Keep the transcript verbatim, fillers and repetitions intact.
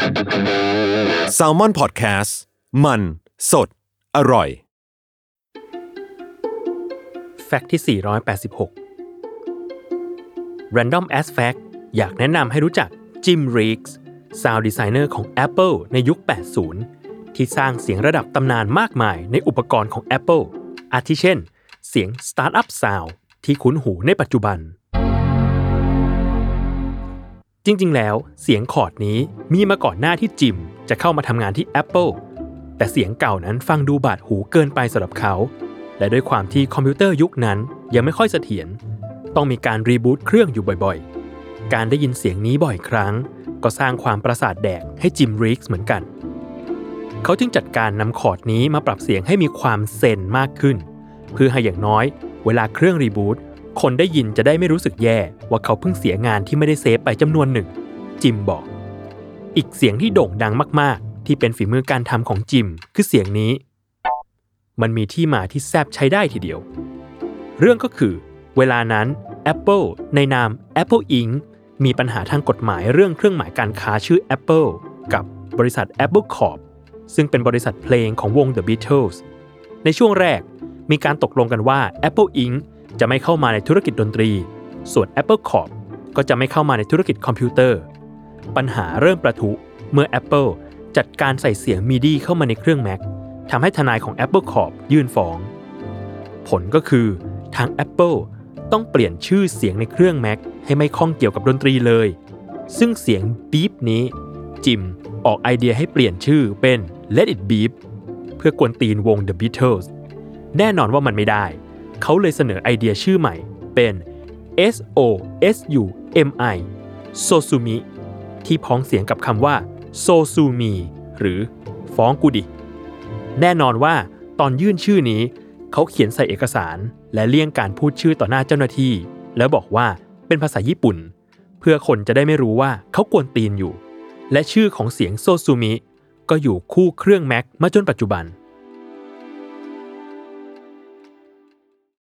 Salmon Podcast มันสดอร่อยแฟกต์ที่สี่ร้อยแปดสิบหก Random as Fact อยากแนะนำให้รู้จักจิม รีกส์ Sound Designer ของ Apple ในยุค แปดสิบ ที่สร้างเสียงระดับตำนานมากมายในอุปกรณ์ของ Apple อาทิเช่นเสียง Startup Sound ที่คุ้นหูในปัจจุบันจริงๆแล้วเสียงคอร์ดนี้มีมาก่อนหน้าที่จิมจะเข้ามาทำงานที่ Apple แต่เสียงเก่านั้นฟังดูบาดหูเกินไปสำหรับเขาและด้วยความที่คอมพิวเตอร์ยุคนั้นยังไม่ค่อยเสถียรต้องมีการรีบูตเครื่องอยู่บ่อยๆการได้ยินเสียงนี้บ่อยครั้งก็สร้างความประสาทแดกให้จิม รีกส์เหมือนกันเขาจึงจัดการนำคอร์ดนี้มาปรับเสียงให้มีความเซนมากขึ้นเพื่อให้อย่างน้อยเวลาเครื่องรีบูตคนได้ยินจะได้ไม่รู้สึกแย่ว่าเขาเพิ่งเสียงานที่ไม่ได้เซฟไปจำนวนหนึ่งจิมบอกอีกเสียงที่โด่งดังมากๆที่เป็นฝีมือการทำของจิมคือเสียงนี้มันมีที่มาที่แซ่บใช้ได้ทีเดียวเรื่องก็คือเวลานั้น Apple ในนาม Apple อิงค์ มีปัญหาทางกฎหมายเรื่องเครื่องหมายการค้าชื่อ Apple กับบริษัท Apple Corp ซึ่งเป็นบริษัทเพลงของวง The Beatles ในช่วงแรกมีการตกลงกันว่า Apple อิงค์ จะไม่เข้ามาในธุรกิจดนตรีส่วน Apple Corp ก็จะไม่เข้ามาในธุรกิจคอมพิวเตอร์ปัญหาเริ่มประทุเมื่อ Apple จัดการใส่เสียง มิดี เข้ามาในเครื่อง Mac ทำให้ทนายของ Apple Corp ยื่นฟ้องผลก็คือทาง Apple ต้องเปลี่ยนชื่อเสียงในเครื่อง Mac ให้ไม่ข้องเกี่ยวกับดนตรีเลยซึ่งเสียงบีปนี้จิมออกไอเดียให้เปลี่ยนชื่อเป็น Let It Beep เพื่อกวนตีนวง The Beatles แน่นอนว่ามันไม่ได้เขาเลยเสนอไอเดียชื่อใหม่เป็น เอส โอ เอส ยู เอ็ม ไอ Sosumi ที่พ้องเสียงกับคำว่า Sosumi หรือฟ้องกูดิแน่นอนว่าตอนยื่นชื่อนี้เขาเขียนใส่เอกสารและเลี่ยงการพูดชื่อต่อหน้าเจ้าหน้าที่แล้วบอกว่าเป็นภาษาญี่ปุ่นเพื่อคนจะได้ไม่รู้ว่าเขากวนตีนอยู่และชื่อของเสียง Sosumi ก็อยู่คู่เครื่อง Mac มาจนปัจจุบัน